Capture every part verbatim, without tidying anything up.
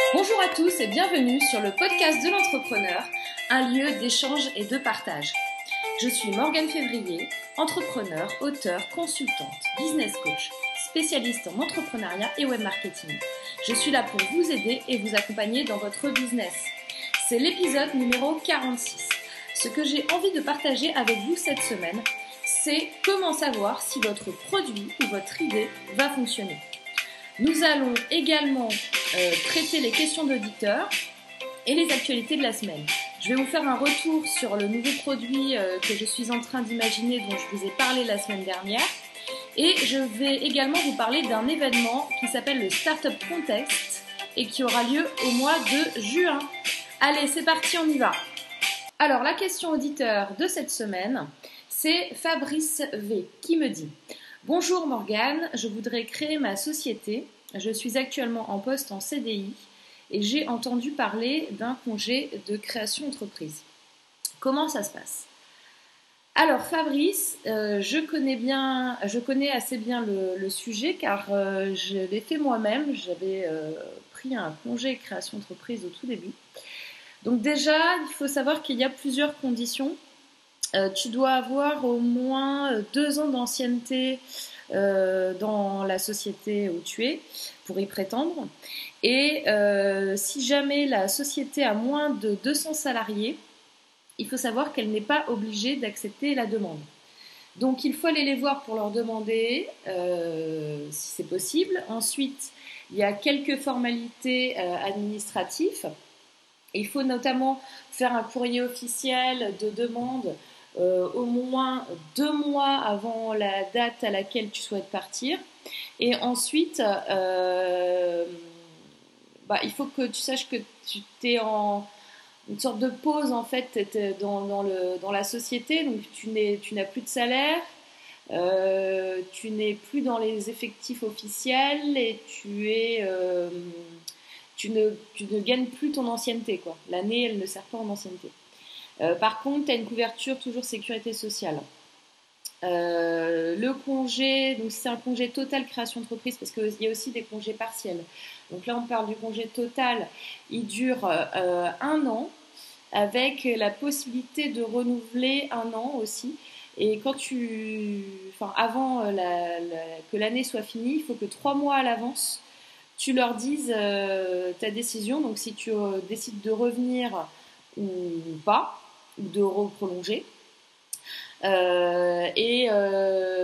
Bonjour à tous et bienvenue sur le podcast de l'entrepreneur, un lieu d'échange et de partage. Je suis Morgane Février, entrepreneur, auteure, consultante, business coach, spécialiste en entrepreneuriat et web marketing. Je suis là pour vous aider et vous accompagner dans votre business. C'est l'épisode numéro quarante-six. Ce que j'ai envie de partager avec vous cette semaine, c'est comment savoir si votre produit ou votre idée va fonctionner. Nous allons également euh, traiter les questions d'auditeurs et les actualités de la semaine. Je vais vous faire un retour sur le nouveau produit euh, que je suis en train d'imaginer, dont je vous ai parlé la semaine dernière. Et je vais également vous parler d'un événement qui s'appelle le Startup Contest et qui aura lieu au mois de juin. Allez, c'est parti, on y va. Alors, la question auditeur de cette semaine, c'est Fabrice V qui me dit « Bonjour Morgane, je voudrais créer ma société. Je suis actuellement en poste en C D I et j'ai entendu parler d'un congé de création d'entreprise. Comment ça se passe ?» Alors Fabrice, euh, je connais bien, je connais assez bien le, le sujet car euh, je l'ai fait moi-même. J'avais euh, pris un congé création d'entreprise au tout début. Donc déjà, il faut savoir qu'il y a plusieurs conditions. Euh, tu dois avoir au moins deux ans d'ancienneté euh, dans la société où tu es pour y prétendre. Et euh, si jamais la société a moins de deux cents salariés, il faut savoir qu'elle n'est pas obligée d'accepter la demande. Donc il faut aller les voir pour leur demander euh, si c'est possible. Ensuite, il y a quelques formalités euh, administratives. Il faut notamment faire un courrier officiel de demande euh, au moins deux mois avant la date à laquelle tu souhaites partir. Et ensuite, euh, bah, il faut que tu saches que tu es en une sorte de pause en fait dans, dans, le, dans la société. Donc tu, n'es, tu n'as plus de salaire, euh, tu n'es plus dans les effectifs officiels et tu es... Euh, Tu ne, tu ne gagnes plus ton ancienneté, quoi. L'année, elle ne sert pas en ancienneté. Euh, par contre, tu as une couverture toujours sécurité sociale. Euh, le congé, donc c'est un congé total création d'entreprise parce qu'il y a aussi des congés partiels. Donc là, on parle du congé total. Il dure euh, un an avec la possibilité de renouveler un an aussi. Et quand tu, enfin, avant la, la, que l'année soit finie, il faut que trois mois à l'avance, tu leur dises euh, ta décision, donc si tu euh, décides de revenir ou pas, ou de reprolonger. Euh, et euh,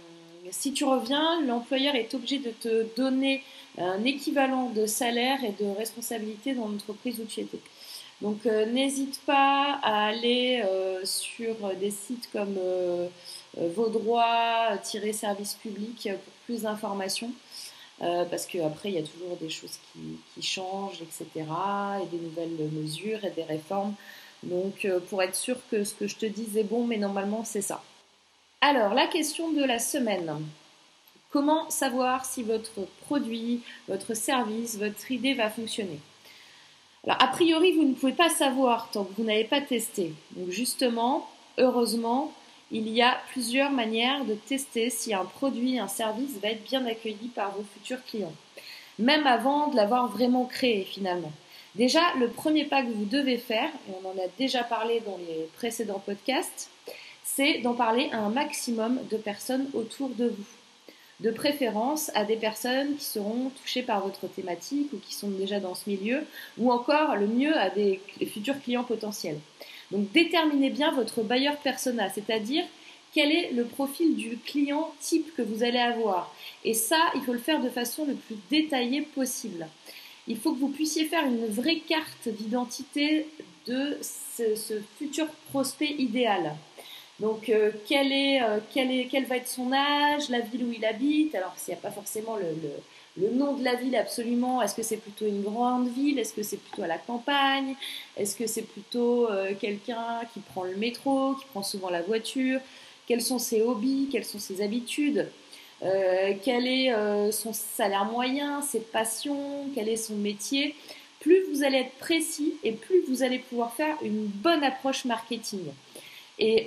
si tu reviens, l'employeur est obligé de te donner un équivalent de salaire et de responsabilité dans l'entreprise où tu étais. Donc euh, n'hésite pas à aller euh, sur des sites comme euh, vos droits-services publics pour plus d'informations. Euh, parce qu'après, il y a toujours des choses qui, qui changent, et cetera, et des nouvelles mesures et des réformes. Donc, euh, pour être sûr que ce que je te dis est bon, mais normalement, c'est ça. Alors, la question de la semaine. Comment savoir si votre produit, votre service, votre idée va fonctionner ? Alors, a priori, vous ne pouvez pas savoir tant que vous n'avez pas testé. Donc, justement, heureusement, il y a plusieurs manières de tester si un produit, un service va être bien accueilli par vos futurs clients, même avant de l'avoir vraiment créé finalement. Déjà, le premier pas que vous devez faire, et on en a déjà parlé dans les précédents podcasts, c'est d'en parler à un maximum de personnes autour de vous. De préférence à des personnes qui seront touchées par votre thématique ou qui sont déjà dans ce milieu, ou encore, le mieux, à des futurs clients potentiels. Donc déterminez bien votre buyer persona, c'est-à-dire quel est le profil du client type que vous allez avoir. Et ça, il faut le faire de façon le plus détaillée possible. Il faut que vous puissiez faire une vraie carte d'identité de ce, ce futur prospect idéal. Donc, euh, quel, est, euh, quel, est, quel va être son âge, la ville où il habite. Alors, s'il n'y a pas forcément le, le, le nom de la ville absolument, est-ce que c'est plutôt une grande ville? Est-ce que c'est plutôt à la campagne? Est-ce que c'est plutôt euh, quelqu'un qui prend le métro, qui prend souvent la voiture? Quels sont ses hobbies? Quelles sont ses habitudes? euh, Quel est euh, son salaire moyen, ses passions? Quel est son métier? Plus vous allez être précis et plus vous allez pouvoir faire une bonne approche marketing. Et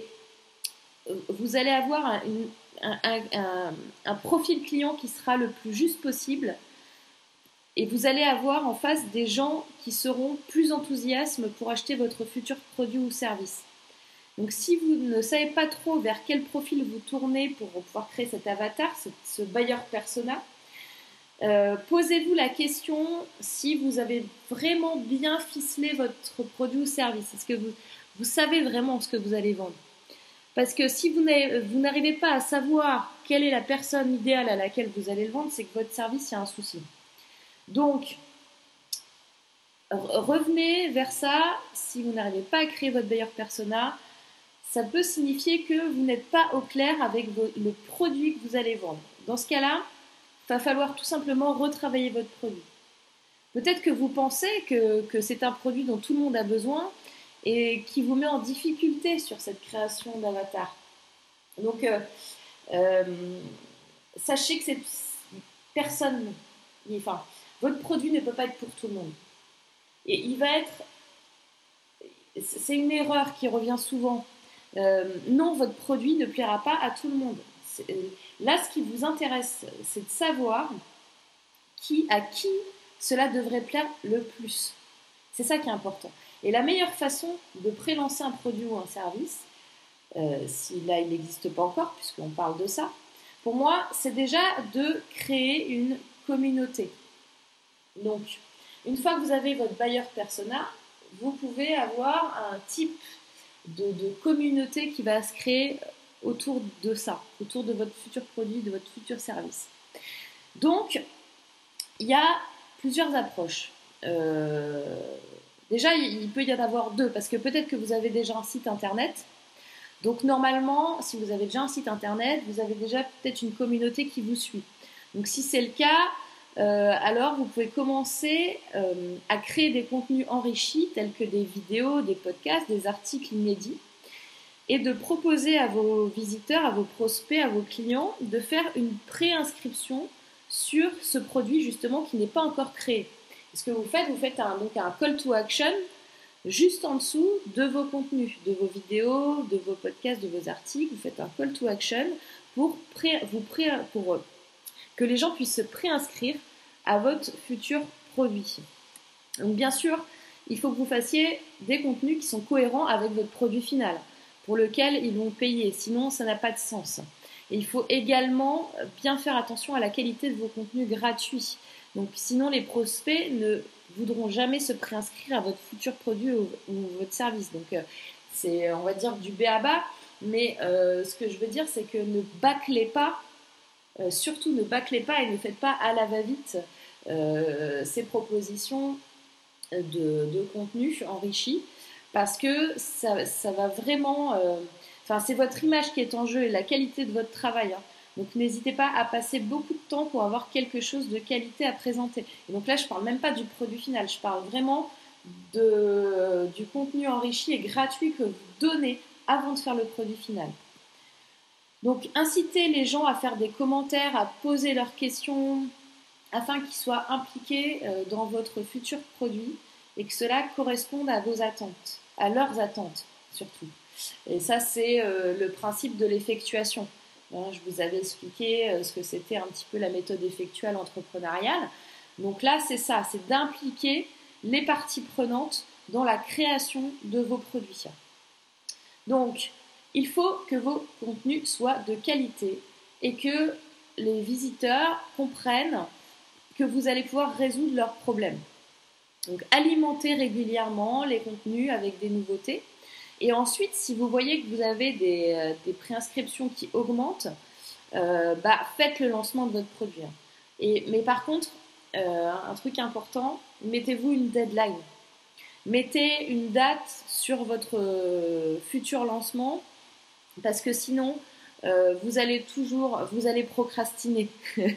vous allez avoir un, un, un, un, un profil client qui sera le plus juste possible et vous allez avoir en face des gens qui seront plus enthousiastes pour acheter votre futur produit ou service. Donc si vous ne savez pas trop vers quel profil vous tournez pour pouvoir créer cet avatar, ce, ce buyer persona, euh, posez-vous la question si vous avez vraiment bien ficelé votre produit ou service. Est-ce que vous, vous savez vraiment ce que vous allez vendre? Parce que si vous n'arrivez pas à savoir quelle est la personne idéale à laquelle vous allez le vendre, c'est que votre service, il y a un souci. Donc, revenez vers ça. Si vous n'arrivez pas à créer votre buyer persona, ça peut signifier que vous n'êtes pas au clair avec vos, le produit que vous allez vendre. Dans ce cas-là, il va falloir tout simplement retravailler votre produit. Peut-être que vous pensez que, que c'est un produit dont tout le monde a besoin et qui vous met en difficulté sur cette création d'avatar. Donc, euh, euh, sachez que c'est personne, enfin, votre produit ne peut pas être pour tout le monde. Et il va être, c'est une erreur qui revient souvent. Euh, non, votre produit ne plaira pas à tout le monde. Là, ce qui vous intéresse, c'est de savoir qui, à qui cela devrait plaire le plus. C'est ça qui est important. Et la meilleure façon de prélancer un produit ou un service, euh, si là il n'existe pas encore, puisqu'on parle de ça, pour moi, c'est déjà de créer une communauté. Donc, une fois que vous avez votre buyer persona, vous pouvez avoir un type de, de communauté qui va se créer autour de ça, autour de votre futur produit, de votre futur service. Donc, il y a plusieurs approches. Euh, déjà, il peut y en avoir deux, parce que peut-être que vous avez déjà un site internet. Donc, normalement, si vous avez déjà un site internet, vous avez déjà peut-être une communauté qui vous suit. Donc, si c'est le cas, euh, alors vous pouvez commencer euh, à créer des contenus enrichis, tels que des vidéos, des podcasts, des articles inédits, et de proposer à vos visiteurs, à vos prospects, à vos clients, de faire une préinscription sur ce produit justement qui n'est pas encore créé. Ce que vous faites, vous faites un, donc un call to action juste en dessous de vos contenus, de vos vidéos, de vos podcasts, de vos articles. Vous faites un call to action pour, pré, vous pré, pour que les gens puissent se préinscrire à votre futur produit. Donc bien sûr, il faut que vous fassiez des contenus qui sont cohérents avec votre produit final, pour lequel ils vont payer, sinon ça n'a pas de sens. Et il faut également bien faire attention à la qualité de vos contenus gratuits. Donc sinon les prospects ne voudront jamais se préinscrire à votre futur produit ou, ou votre service. Donc euh, c'est, on va dire, du b a ba, mais euh, ce que je veux dire, c'est que ne bâclez pas, euh, surtout ne bâclez pas et ne faites pas à la va-vite euh, ces propositions de, de contenu enrichi, parce que ça, ça va vraiment... Euh, enfin, c'est votre image qui est en jeu et la qualité de votre travail. Hein. Donc, n'hésitez pas à passer beaucoup de temps pour avoir quelque chose de qualité à présenter. Et donc là, je ne parle même pas du produit final. Je parle vraiment de, du contenu enrichi et gratuit que vous donnez avant de faire le produit final. Donc, incitez les gens à faire des commentaires, à poser leurs questions, afin qu'ils soient impliqués dans votre futur produit et que cela corresponde à vos attentes, à leurs attentes surtout. Et ça, c'est euh, le principe de l'effectuation. Hein, je vous avais expliqué euh, ce que c'était un petit peu la méthode effectuelle entrepreneuriale. Donc là, c'est ça, c'est d'impliquer les parties prenantes dans la création de vos produits. Donc, il faut que vos contenus soient de qualité et que les visiteurs comprennent que vous allez pouvoir résoudre leurs problèmes. Donc, alimentez régulièrement les contenus avec des nouveautés. Et ensuite, si vous voyez que vous avez des, euh, des préinscriptions qui augmentent, euh, bah, faites le lancement de votre produit. Et, mais par contre, euh, un truc important, mettez-vous une deadline. Mettez une date sur votre euh, futur lancement, parce que sinon, euh, vous allez toujours, vous allez procrastiner.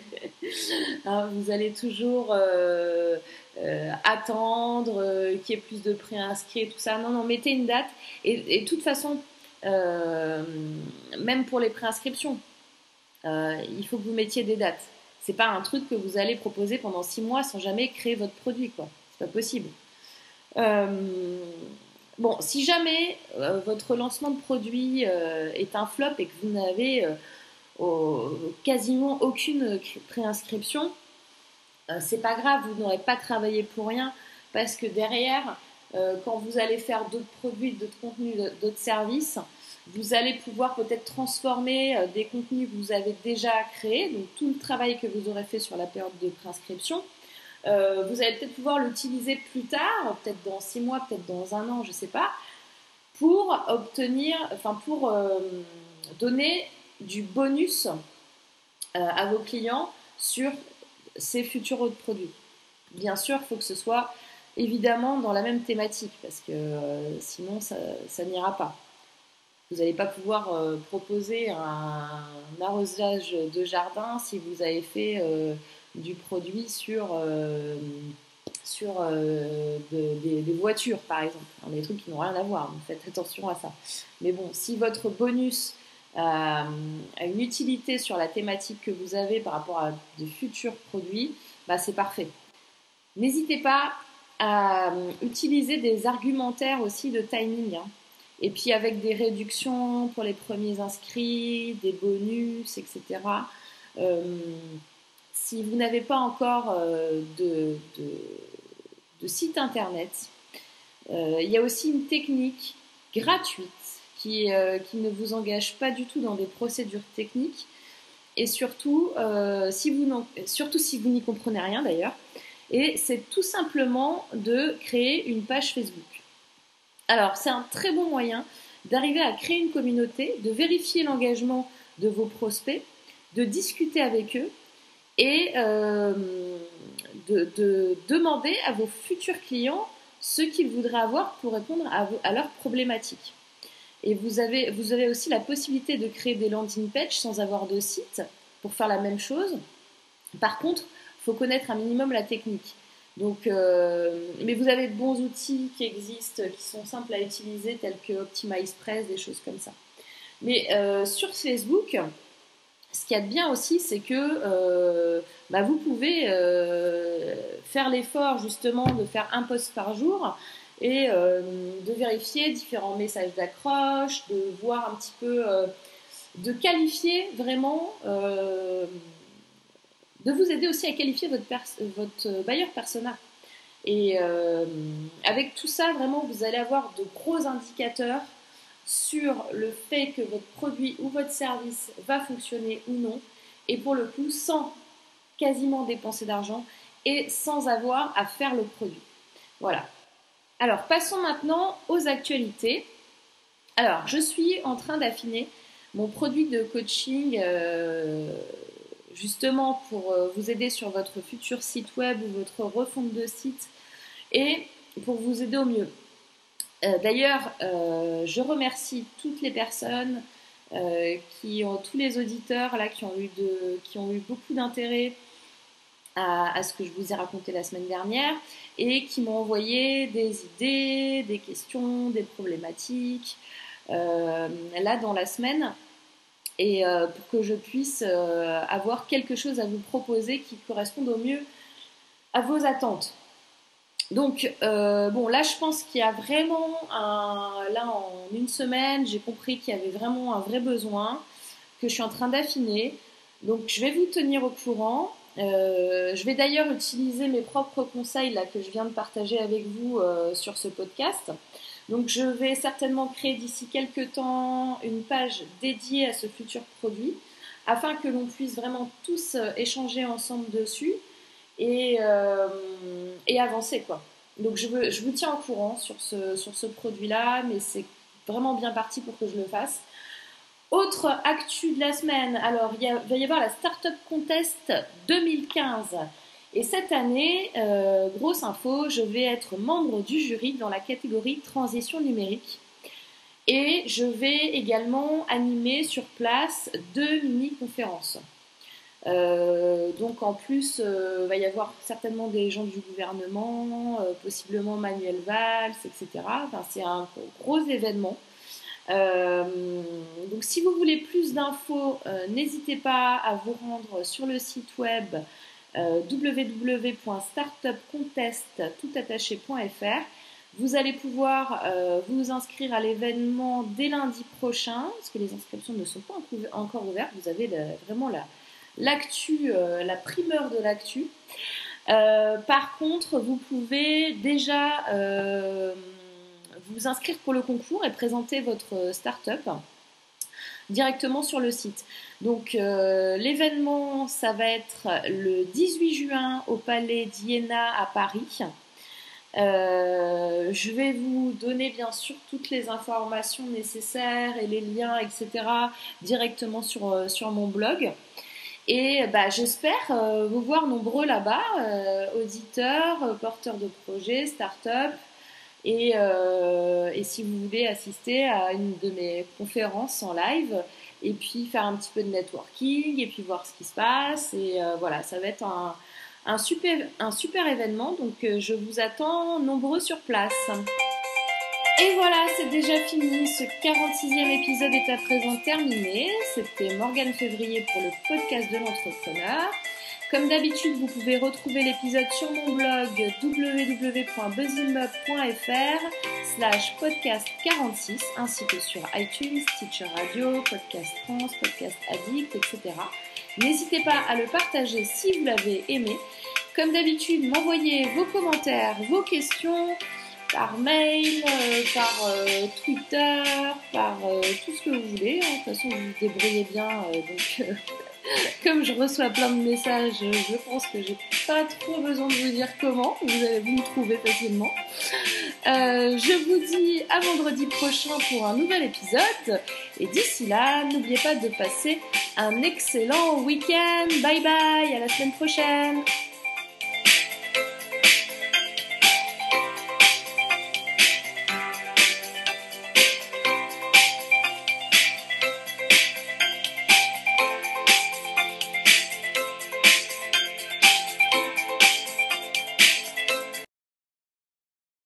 Hein, vous allez toujours euh, euh, attendre euh, qu'il y ait plus de préinscrits et tout ça. Non, non, mettez une date. Et, et de toute façon, euh, même pour les préinscriptions, euh, il faut que vous mettiez des dates. C'est pas un truc que vous allez proposer pendant six mois sans jamais créer votre produit, quoi. C'est pas possible. Euh, bon, si jamais euh, votre lancement de produit euh, est un flop et que vous n'avez euh, au, quasiment aucune préinscription, euh, c'est pas grave, vous n'aurez pas travaillé pour rien, parce que derrière, euh, quand vous allez faire d'autres produits, d'autres contenus, d'autres services, vous allez pouvoir peut-être transformer euh, des contenus que vous avez déjà créés, donc tout le travail que vous aurez fait sur la période de préinscription, euh, vous allez peut-être pouvoir l'utiliser plus tard, peut-être dans six mois, peut-être dans un an, je sais pas, pour obtenir, enfin pour euh, donner du bonus euh, à vos clients sur ces futurs autres produits. Bien sûr, il faut que ce soit évidemment dans la même thématique, parce que euh, sinon ça, ça n'ira pas. Vous n'allez pas pouvoir euh, proposer un, un arrosage de jardin si vous avez fait euh, du produit sur, euh, sur euh, de, des, des voitures, par exemple. Alors, des trucs qui n'ont rien à voir, donc faites attention à ça. Mais bon, si votre bonus euh, a une utilité sur la thématique que vous avez par rapport à de futurs produits, bah, c'est parfait. N'hésitez pas à euh, utiliser des argumentaires aussi de timing, hein. Et puis avec des réductions pour les premiers inscrits, des bonus, et cetera. Euh, si vous n'avez pas encore euh, de, de, de site internet, euh, il y a aussi une technique gratuite qui, euh, qui ne vous engage pas du tout dans des procédures techniques. Et surtout, euh, si vous surtout si vous n'y comprenez rien d'ailleurs, et c'est tout simplement de créer une page Facebook. Alors, c'est un très bon moyen d'arriver à créer une communauté, de vérifier l'engagement de vos prospects, de discuter avec eux et euh, de, de demander à vos futurs clients ce qu'ils voudraient avoir pour répondre à, vos, à leurs problématiques. Et vous avez, vous avez aussi la possibilité de créer des landing pages sans avoir de site pour faire la même chose. Par contre, il faut connaître un minimum la technique. Donc, euh, mais vous avez de bons outils qui existent, qui sont simples à utiliser, tels que OptimizePress, des choses comme ça. Mais euh, sur Facebook, ce qu'il y a de bien aussi, c'est que euh, bah, vous pouvez euh, faire l'effort justement de faire un post par jour et euh, de vérifier différents messages d'accroche, de voir un petit peu, euh, de qualifier vraiment... Euh, de vous aider aussi à qualifier votre, pers- votre buyer persona. Et euh, avec tout ça, vraiment, vous allez avoir de gros indicateurs sur le fait que votre produit ou votre service va fonctionner ou non. Et pour le coup, sans quasiment dépenser d'argent et sans avoir à faire le produit. Voilà. Alors, passons maintenant aux actualités. Alors, je suis en train d'affiner mon produit de coaching euh, justement pour vous aider sur votre futur site web ou votre refonte de site et pour vous aider au mieux. Euh, d'ailleurs, euh, je remercie toutes les personnes euh, qui ont, tous les auditeurs là, qui, ont eu de, qui ont eu beaucoup d'intérêt à, à ce que je vous ai raconté la semaine dernière et qui m'ont envoyé des idées, des questions, des problématiques. Euh, là, dans la semaine, et euh, pour que je puisse euh, avoir quelque chose à vous proposer qui corresponde au mieux à vos attentes. Donc, euh, bon, là, je pense qu'il y a vraiment un... Là, en une semaine, j'ai compris qu'il y avait vraiment un vrai besoin que je suis en train d'affiner. Donc, je vais vous tenir au courant. Euh, je vais d'ailleurs utiliser mes propres conseils là, que je viens de partager avec vous euh, sur ce podcast. Donc je vais certainement créer d'ici quelques temps une page dédiée à ce futur produit afin que l'on puisse vraiment tous échanger ensemble dessus et, euh, et avancer quoi. Donc je, veux, je vous tiens au courant sur ce, sur ce produit-là, mais c'est vraiment bien parti pour que je le fasse. Autre actu de la semaine, alors il y a, va y avoir la Startup Contest deux mille quinze. Et cette année, euh, grosse info, je vais être membre du jury dans la catégorie transition numérique. Et je vais également animer sur place deux mini-conférences. Euh, donc en plus, il euh, va y avoir certainement des gens du gouvernement, euh, possiblement Manuel Valls, et cetera. Enfin, c'est un gros événement. Euh, donc si vous voulez plus d'infos, euh, n'hésitez pas à vous rendre sur le site web euh, w w w point startup contest tout attaché point f r. Vous allez pouvoir euh, vous inscrire à l'événement dès lundi prochain, parce que les inscriptions ne sont pas encore ouvertes. Vous avez le, vraiment la, l'actu, euh, la primeur de l'actu. Euh, par contre, vous pouvez déjà euh, vous inscrire pour le concours et présenter votre start-up directement sur le site. Donc euh, l'événement, ça va être le dix-huit juin au Palais d'Iéna à Paris. Euh, je vais vous donner bien sûr toutes les informations nécessaires et les liens, et cetera directement sur, euh, sur mon blog. Et bah, j'espère euh, vous voir nombreux là-bas, euh, auditeurs, euh, porteurs de projets, start-up. Et, euh, et si vous voulez assister à une de mes conférences en live, et puis faire un petit peu de networking, et puis voir ce qui se passe. Et euh, voilà, ça va être un, un, super, un super événement. Donc euh, je vous attends nombreux sur place. Et voilà, c'est déjà fini. Ce quarante-sixième épisode est à présent terminé. C'était Morgane Février pour le podcast de l'entrepreneur. Comme d'habitude, vous pouvez retrouver l'épisode sur mon blog w w w point buzzingmup point f r slash podcast quarante-six ainsi que sur iTunes, Stitcher Radio, Podcast France, Podcast Addict, et cetera. N'hésitez pas à le partager si vous l'avez aimé. Comme d'habitude, m'envoyez vos commentaires, vos questions par mail, euh, par euh, Twitter, par euh, tout ce que vous voulez. Hein. De toute façon, vous vous débrouillez bien. Euh, donc, euh, comme je reçois plein de messages, je pense que j'ai pas trop besoin de vous dire comment. Vous allez vous me trouver facilement. Euh, je vous dis à vendredi prochain pour un nouvel épisode. Et d'ici là, n'oubliez pas de passer un excellent week-end. Bye bye, à la semaine prochaine.